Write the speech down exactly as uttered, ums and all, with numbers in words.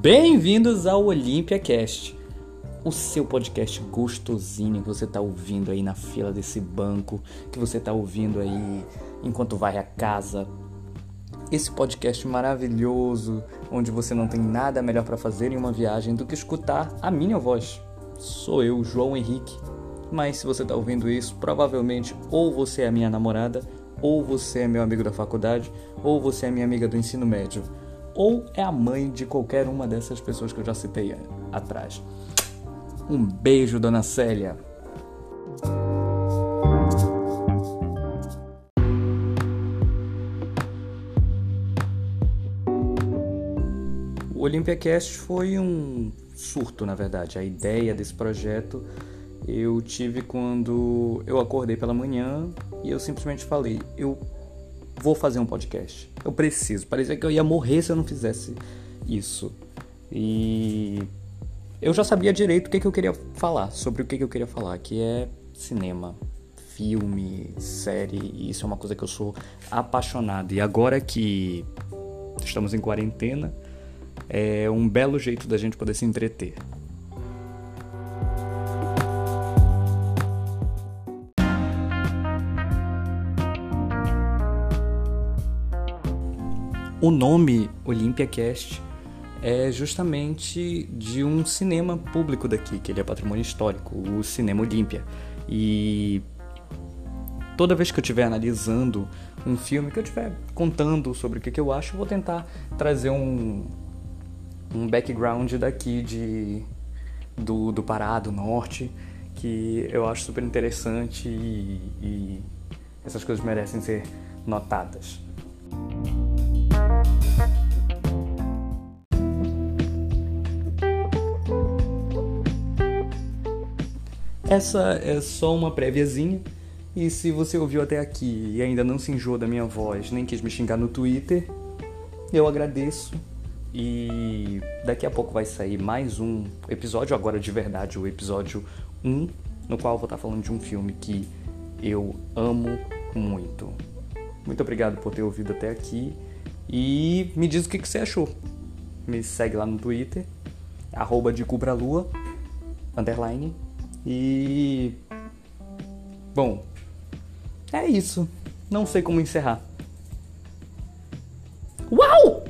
Bem-vindos ao Olympia Cast, o seu podcast gostosinho que você tá ouvindo aí na fila desse banco, que você tá ouvindo aí enquanto vai a casa. Esse podcast maravilhoso, onde você não tem nada melhor para fazer em uma viagem do que escutar a minha voz. Sou eu, João Henrique, mas se você tá ouvindo isso, provavelmente ou você é a minha namorada, ou você é meu amigo da faculdade, ou você é minha amiga do ensino médio, ou é a mãe de qualquer uma dessas pessoas que eu já citei atrás. Um beijo, dona Célia. O OlympiaCast foi um surto, na verdade. A ideia desse projeto eu tive quando eu acordei pela manhã e eu simplesmente falei, eu vou fazer um podcast. Eu preciso. Parecia que eu ia morrer se eu não fizesse isso. E eu já sabia direito o que, que eu queria falar, sobre o que, que eu queria falar, que é cinema, filme, série, e isso é uma coisa que eu sou apaixonado. E agora que estamos em quarentena, é um belo jeito da gente poder se entreter. O nome OlympiaCast é justamente de um cinema público daqui, que ele é patrimônio histórico, o Cinema Olímpia. E toda vez que eu estiver analisando um filme, que eu estiver contando sobre o que eu acho, eu vou tentar trazer um, um background daqui de, do, do Pará, do Norte, que eu acho super interessante e, e essas coisas merecem ser notadas. Essa é só uma préviazinha, e se você ouviu até aqui e ainda não se enjoou da minha voz, nem quis me xingar no Twitter, eu agradeço. E daqui a pouco vai sair mais um episódio, agora de verdade, o episódio um, no qual eu vou estar falando de um filme que eu amo muito. Muito obrigado por ter ouvido até aqui e me diz o que você achou. Me segue lá no Twitter, arroba de Cubralua, underline. E... bom, é isso. Não sei como encerrar. Uau!